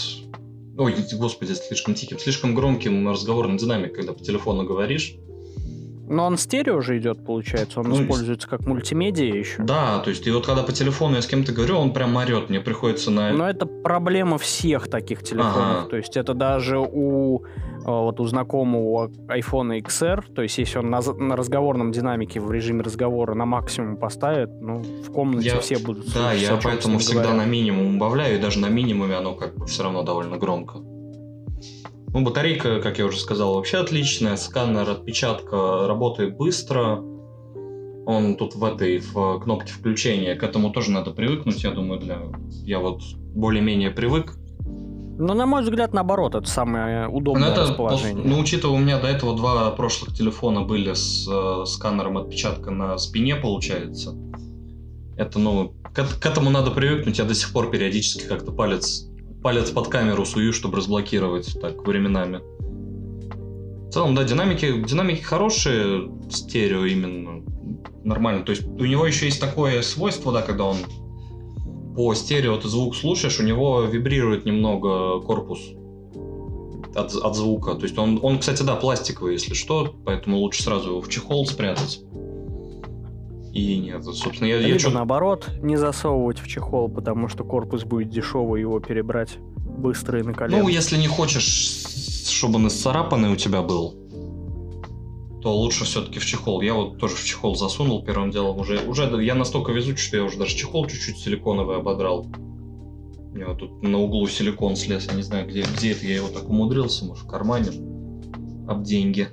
слишком громким разговорным динамик, когда по телефону говоришь. Но он стерео же идет, получается, он используется как мультимедиа еще. Да, то есть, и когда по телефону я с кем-то говорю, он прям орет, мне приходится Но это проблема всех таких телефонов, то есть это даже у знакомого iPhone XR, то есть если он на разговорном динамике в режиме разговора на максимум поставит, в комнате все будут слушать. Да, я поэтому всегда на минимум убавляю, и даже на минимуме оно все равно довольно громко. Батарейка, как я уже сказал, вообще отличная. Сканер отпечатка работает быстро. Он тут в кнопке включения. К этому тоже надо привыкнуть, я думаю, я более-менее привык. На мой взгляд, наоборот, это самое удобное расположение. Учитывая, у меня до этого 2 прошлых телефона были с сканером отпечатка на спине, получается. Это, к этому надо привыкнуть. Я до сих пор периодически как-то палец под камеру сую, чтобы разблокировать так временами. В целом, да, динамики хорошие, стерео именно, нормально. То есть у него еще есть такое свойство, да, когда он по стерео ты звук слушаешь, у него вибрирует немного корпус от звука. То есть он, кстати, да, пластиковый, если что, поэтому лучше сразу его в чехол спрятать. И нет, собственно, Либо наоборот, не засовывать в чехол, потому что корпус будет дешевый, его перебрать быстро и на колено. Если не хочешь, чтобы он исцарапанный у тебя был, то лучше все-таки в чехол. Я тоже в чехол засунул первым делом. Уже я настолько везучий, что я уже даже чехол чуть-чуть силиконовый ободрал. У меня тут на углу силикон слез. Я не знаю, где это я его так умудрился. Может, в кармане. Об деньги.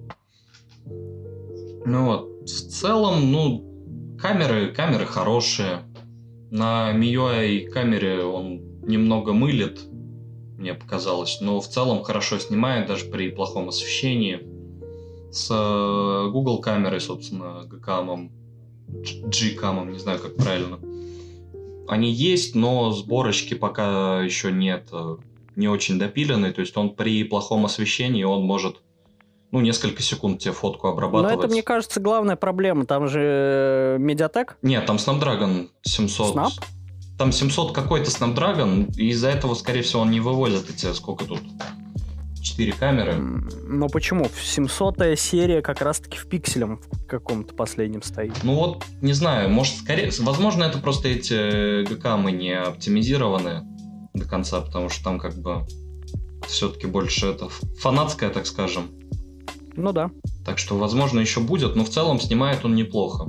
В целом, камеры хорошие. На MIUI камере он немного мылит, мне показалось, но в целом хорошо снимает, даже при плохом освещении. С Google камерой, собственно, G-камом, не знаю, как правильно. Они есть, но сборочки пока еще нет, не очень допилены, то есть он при плохом освещении, он может несколько секунд тебе фотку обрабатывать. Но это, мне кажется, главная проблема. Там же Mediatek? Нет, там Snapdragon 700. Snap? Там 700 какой-то Snapdragon, и из-за этого, скорее всего, он не вывозит эти, сколько тут, 4 камеры. Но почему? 700-я серия как раз-таки в пикселем в каком-то последнем стоит. Не знаю, возможно, это просто эти ГКамы не оптимизированы до конца, потому что там все-таки больше это фанатское, так скажем. Да. Так что, возможно, еще будет, но в целом снимает он неплохо.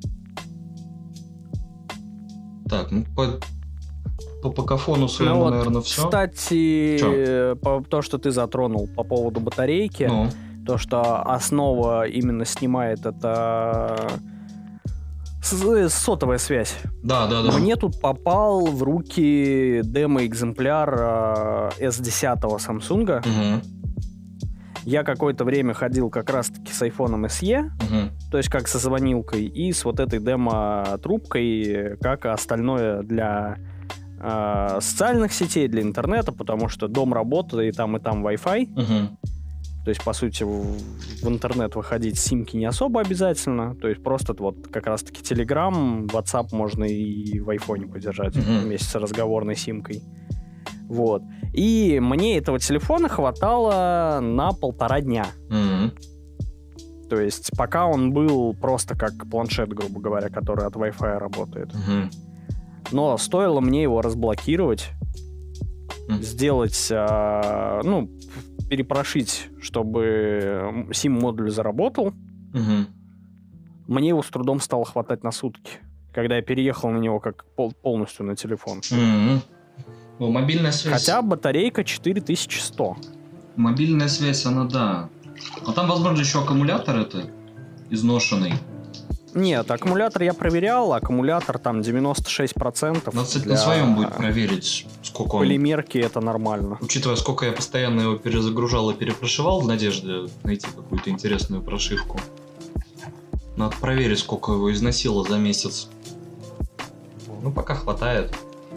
Так, по покафону своему, наверное, все. Кстати, то, что ты затронул по поводу батарейки, то, что основа именно снимает, это Сотовая связь. Да. Мне тут попал в руки демо-экземпляр S10 Samsung. Угу. Я какое-то время ходил как раз-таки с iPhone SE, то есть как со звонилкой, и с вот этой демо-трубкой, как остальное для социальных сетей, для интернета, потому что дом работает, и там Wi-Fi. Угу. То есть, по сути, в интернет выходить с симки не особо обязательно. То есть просто вот как раз-таки Telegram, WhatsApp можно и в айфоне подержать вместе с разговорной симкой. Вот. И мне этого телефона хватало на 1,5 дня. То есть пока он был просто как планшет, грубо говоря, который от Wi-Fi работает. Но стоило мне его разблокировать, сделать, перепрошить, чтобы сим-модуль заработал. Мне его с трудом стало хватать на сутки, когда я переехал на него как полностью на телефон. Ну, мобильная связь... Хотя батарейка 4100. Мобильная связь, она да. А там, возможно, еще аккумулятор это изношенный. Нет, аккумулятор я проверял, аккумулятор там 96%. Надо, кстати, на своем будет проверить, сколько он... Полимерки это нормально. Учитывая, сколько я постоянно его перезагружал и перепрошивал в надежде найти какую-то интересную прошивку. Надо проверить, сколько его износило за месяц. Ну, пока хватает.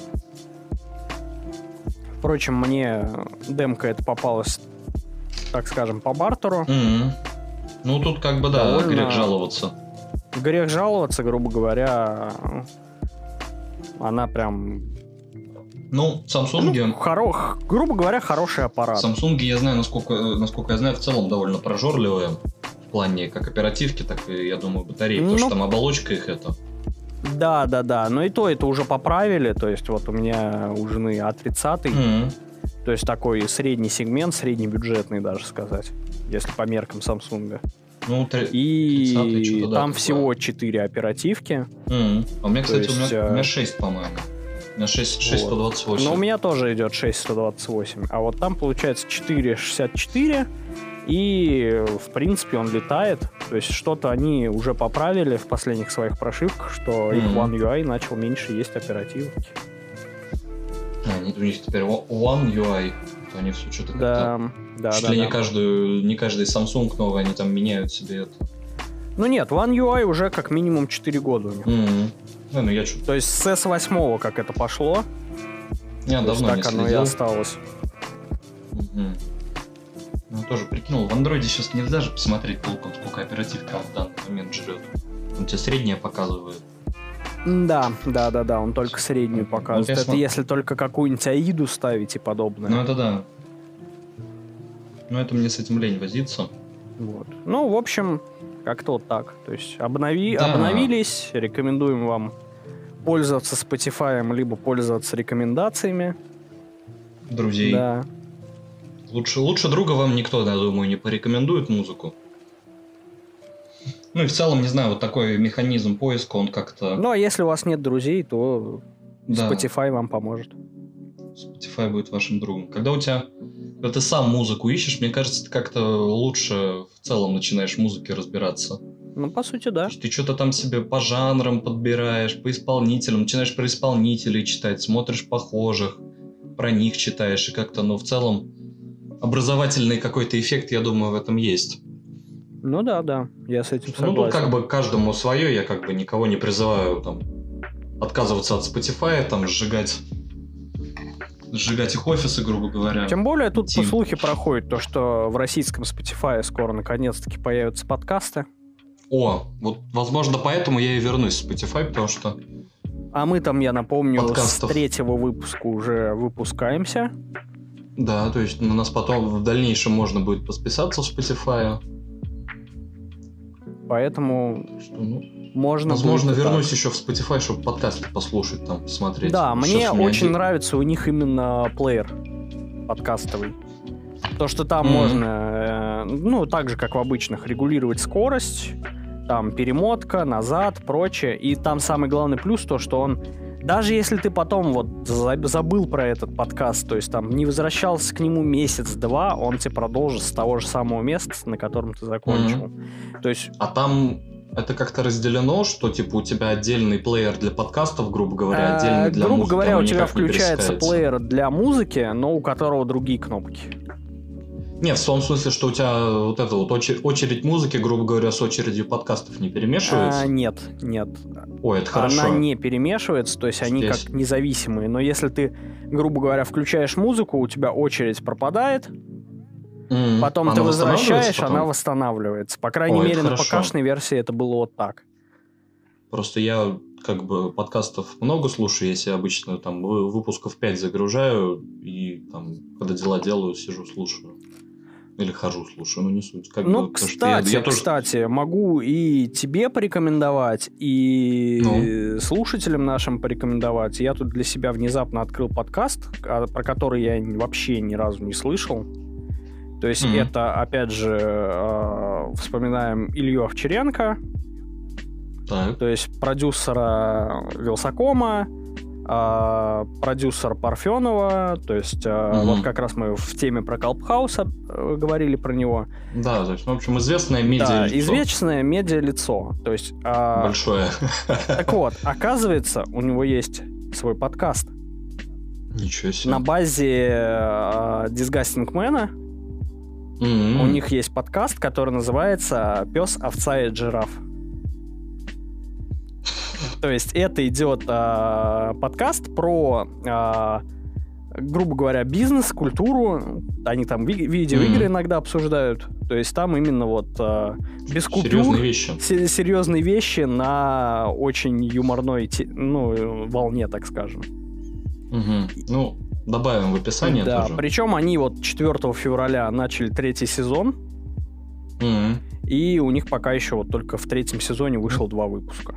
Впрочем, мне демка это попалась, так скажем, по бартеру. Ну, тут как бы, да, довольно... грех жаловаться. Грех жаловаться, грубо говоря, она прям... Ну, Samsung... грубо говоря, хороший аппарат. Samsung, я знаю, насколько я знаю, в целом довольно прожорливые. В плане как оперативки, так и, я думаю, батареи. Потому что там оболочка их это... Да. Но и то это уже поправили. То есть вот у меня у жены A30. То есть такой средний сегмент, среднебюджетный даже сказать. Если по меркам Samsung. Ну, и там всего 4 оперативки. А у меня, кстати, у меня 6, по-моему. У меня 6,128. Но у меня тоже идет 6,128. А вот там получается 4,64. И, в принципе, он летает. То есть что-то они уже поправили в последних своих прошивках, что их One UI начал меньше есть оперативки. У них теперь One UI. Они все что-то как-то... Да. Не каждый Samsung новый, они там меняют себе это. Ну нет, One UI уже как минимум 4 года у них. То есть с S8, как это пошло, я давно не так оно и осталось. Ну, тоже прикинул, в андроиде сейчас нельзя же посмотреть толком, сколько оперативка в данный момент жрет. Он тебе среднее показывает. Да, он только среднюю показывает. Это если только какую-нибудь аиду ставить и подобное. Ну это да. Ну это мне с этим лень возиться. Вот. Ну, в общем, как-то вот так. То есть обновились, рекомендуем вам пользоваться Spotify, либо пользоваться рекомендациями. Друзей. Да. Лучше друга вам никто, я думаю, не порекомендует музыку. Ну и в целом, не знаю, вот такой механизм поиска, он как-то... Ну, а если у вас нет друзей, то Spotify вам поможет. Spotify будет вашим другом. Когда ты сам музыку ищешь, мне кажется, ты как-то лучше в целом начинаешь в музыке разбираться. Ну, по сути, да. Ты что-то там себе по жанрам подбираешь, по исполнителям, начинаешь про исполнителей читать, смотришь похожих, про них читаешь, и как-то, в целом, образовательный какой-то эффект, я думаю, в этом есть. Ну да, я с этим согласен. Ну, тут как бы каждому свое, я как бы никого не призываю там отказываться от Spotify, там сжигать их офисы, грубо говоря. Тем более тут по слухи проходит то, что в российском Spotify скоро наконец-таки появятся подкасты. О, вот возможно поэтому я и вернусь в Spotify, потому что... А мы там, я напомню, подкастов. с 3-го выпуска уже выпускаемся. Да, то есть на нас потом в дальнейшем можно будет подписаться в Spotify. Поэтому можно... Возможно, вернусь еще в Spotify, чтобы подкасты послушать, там, посмотреть. Да, мне очень нравится у них именно плеер подкастовый. То, что там можно, так же, как в обычных, регулировать скорость, там перемотка, назад, прочее. И там самый главный плюс то, что он... Даже если ты потом забыл про этот подкаст, то есть там не возвращался к нему месяц-два, он тебе продолжит с того же самого места, на котором ты закончил. То есть... А там это как-то разделено, что типа у тебя отдельный плеер для подкастов, грубо говоря, отдельный для музыки? Грубо говоря, у тебя никак не включается пересекается? плеер для музыки, но у которого другие кнопки. Не, в том смысле, что у тебя вот эта вот очередь музыки, грубо говоря, с очередью подкастов не перемешивается? Нет. Ой, это хорошо. Она не перемешивается, то есть они как независимые. Но если ты, грубо говоря, включаешь музыку, у тебя очередь пропадает, потом она ты возвращаешь, потом? она восстанавливается. По крайней мере, на ПК-шной версии это было вот так. Просто я как бы подкастов много слушаю, если обычно там выпусков 5 загружаю, и там, когда дела делаю, сижу, слушаю. Или хожу, слушаю, не суть. Кстати, могу и тебе порекомендовать, и слушателям нашим порекомендовать. Я тут для себя внезапно открыл подкаст, про который я вообще ни разу не слышал. То есть это, опять же, вспоминаем Илью Овчаренко, то есть продюсера Вилсакома, продюсер Парфенова, то есть вот как раз мы в теме про Клабхауса говорили про него. Да, то есть, в общем, известное медиалицо. Да, известное медиалицо. То есть, большое. Так вот, оказывается, у него есть свой подкаст. Ничего себе. На базе Disgusting Man. У них есть подкаст, который называется «Пес, овца и жираф». То есть это идет подкаст про, грубо говоря, бизнес, культуру. Они там видеоигры иногда обсуждают. То есть там именно вот без купюр. Серьезные вещи на очень юморной волне, так скажем. Ну, добавим в описание тоже. Да, причем они вот 4 февраля начали 3-й сезон. И у них пока еще вот только в 3-м сезоне вышло 2 выпуска.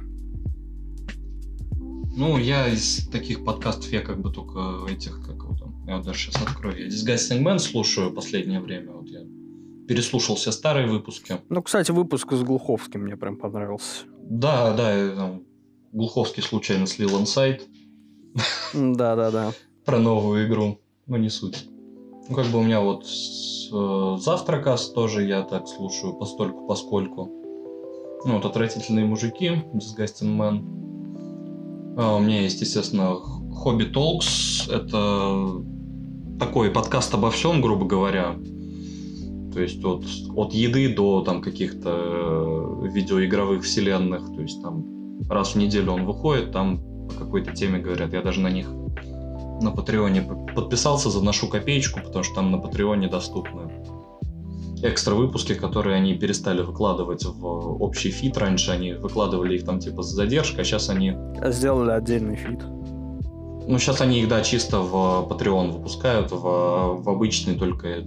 Ну, я из таких подкастов, я как бы только этих, как его там, я вот даже сейчас открою. Я Disgusting Man слушаю последнее время, вот я переслушал все старые выпуски. Ну, кстати, выпуск с Глуховским мне прям понравился. Да, я, там, Глуховский случайно слил инсайт. Да. Про новую игру, но не суть. Ну, как бы у меня вот Завтракас тоже я так слушаю постольку-поскольку. Ну, вот «Отвратительные мужики», Disgusting Man. У меня есть, естественно, Hobby Talks. Это такой подкаст обо всем, грубо говоря. То есть от еды до там каких-то видеоигровых вселенных. То есть там раз в неделю он выходит, там по какой-то теме говорят. Я даже на них на Патреоне подписался, заношу копеечку, потому что там на Патреоне доступны экстра выпуски, которые они перестали выкладывать в общий фид. Раньше они выкладывали их там типа с задержкой, а сейчас они... Сделали отдельный фид. Ну, сейчас они их, да, чисто в Patreon выпускают, в обычные только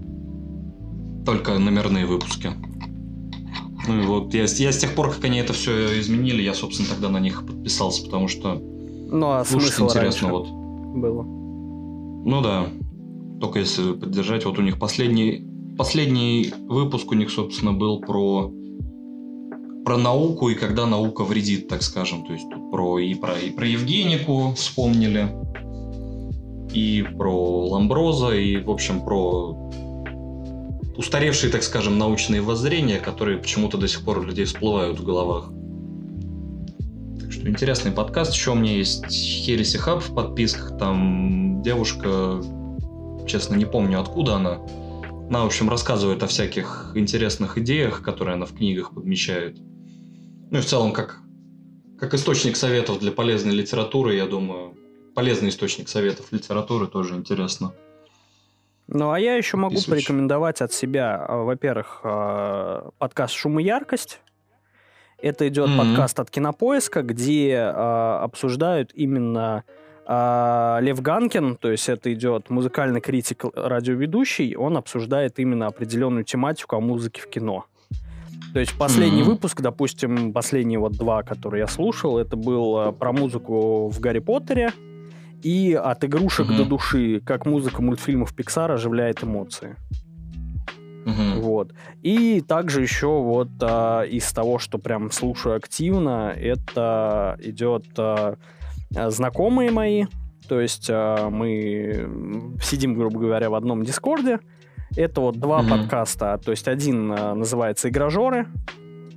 номерные выпуски. Ну и вот я с тех пор, как они это все изменили, я, собственно, тогда на них подписался, потому что... Ну, а смысл интересно раньше было? Ну да, только если поддержать. Вот у них Последний выпуск у них, собственно, был про науку и когда наука вредит, так скажем. То есть тут про Евгенику вспомнили, и про Ламброза, и, в общем, про устаревшие, так скажем, научные воззрения, которые почему-то до сих пор у людей всплывают в головах. Так что интересный подкаст. Еще у меня есть Heresy Hub в подписках. Там девушка, честно, не помню, откуда она. Она, в общем, рассказывает о всяких интересных идеях, которые она в книгах подмечает. Ну и в целом, как источник советов для полезной литературы, я думаю, полезный источник советов литературы тоже интересно. Ну, а я еще могу порекомендовать от себя, во-первых, подкаст «Шум и яркость». Это идет подкаст от Кинопоиска, где обсуждают именно... Лев Ганкин, то есть это идет музыкальный критик, радиоведущий, он обсуждает именно определенную тематику о музыке в кино. То есть последний выпуск, допустим, последние вот 2, которые я слушал, это был про музыку в Гарри Поттере и от игрушек до души, как музыка мультфильмов Pixar оживляет эмоции. Вот. И также еще вот из того, что прям слушаю активно, это идет... знакомые мои, то есть мы сидим, грубо говоря, в одном дискорде. Это вот 2 подкаста, то есть один называется «Игражоры»,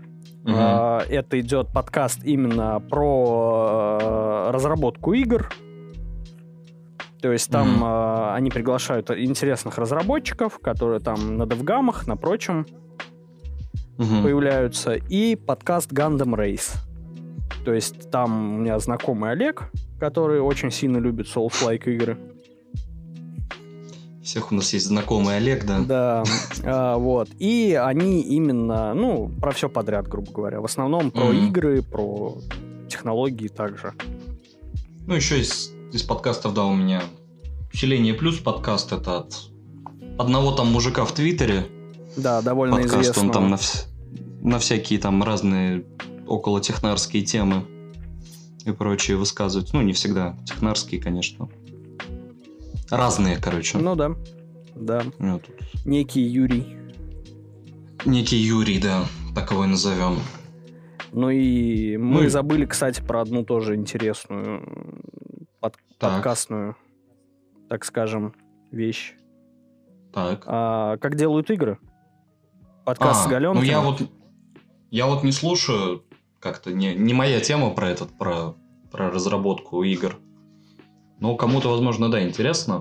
Это идет подкаст именно про разработку игр. То есть там они приглашают интересных разработчиков, которые там на DevGam'ах, на прочем появляются. И подкаст Gundam Race. То есть там у меня знакомый Олег, который очень сильно любит Souls-like игры. Всех у нас есть знакомый Олег, да? Да, вот. И они именно, про все подряд, грубо говоря. В основном про игры, про технологии также. Ну, еще из подкастов, да, у меня Усиление плюс подкаст, это от одного там мужика в Твиттере. Да, довольно подкаст, известного. Он там на всякие там разные около технарские темы и прочее высказывать. Ну, не всегда технарские, конечно. Разные, короче. Ну да, да. Вот. Некий Юрий. Некий Юрий, да, так его и назовем. Ну и мы забыли, кстати, про одну тоже интересную подкастную, так скажем, вещь. Так. Как делают игры? Подкаст с Галенкиным. Ну я вот не слушаю, как-то не моя тема про разработку игр. Но кому-то, возможно, да, интересно.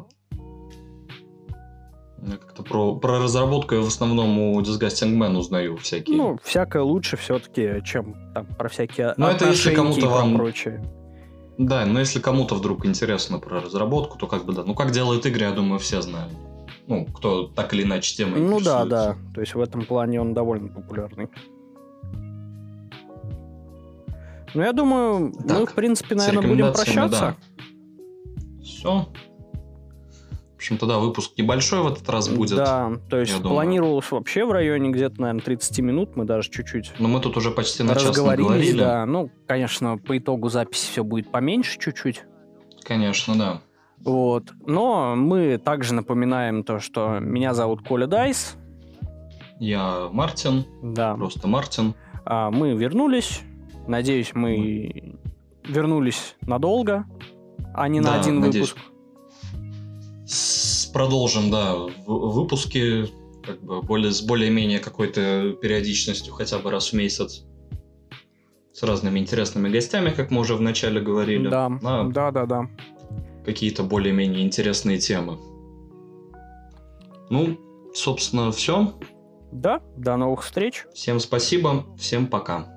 Я как-то про разработку я в основном у Disgusting Man узнаю всякие. Ну, всякое лучше все-таки, чем там про всякие отношения и про прочее. Да, но если кому-то вдруг интересно про разработку, то как бы да. Ну, как делают игры, я думаю, все знают. Ну, кто так или иначе темой интересуется. Ну да. То есть в этом плане он довольно популярный. Ну, я думаю, мы, в принципе, наверное, будем прощаться. Да. Все. В общем-то, да, выпуск небольшой в этот раз будет. Да, то есть планировалось вообще в районе где-то, наверное, 30 минут. Мы даже чуть-чуть но мы тут уже почти на час наговорили. Да, ну, конечно, по итогу записи все будет поменьше чуть-чуть. Конечно, да. Вот. Но мы также напоминаем то, что меня зовут Коля Дайс. Я Мартин. Да. Просто Мартин. Мы вернулись. Надеюсь, мы вернулись надолго, а не на один выпуск. Продолжим, да, выпуски как бы с более-менее какой-то периодичностью, хотя бы раз в месяц. С разными интересными гостями, как мы уже в начале говорили. Да. Какие-то более-менее интересные темы. Ну, собственно, все. Да, до новых встреч. Всем спасибо, всем пока.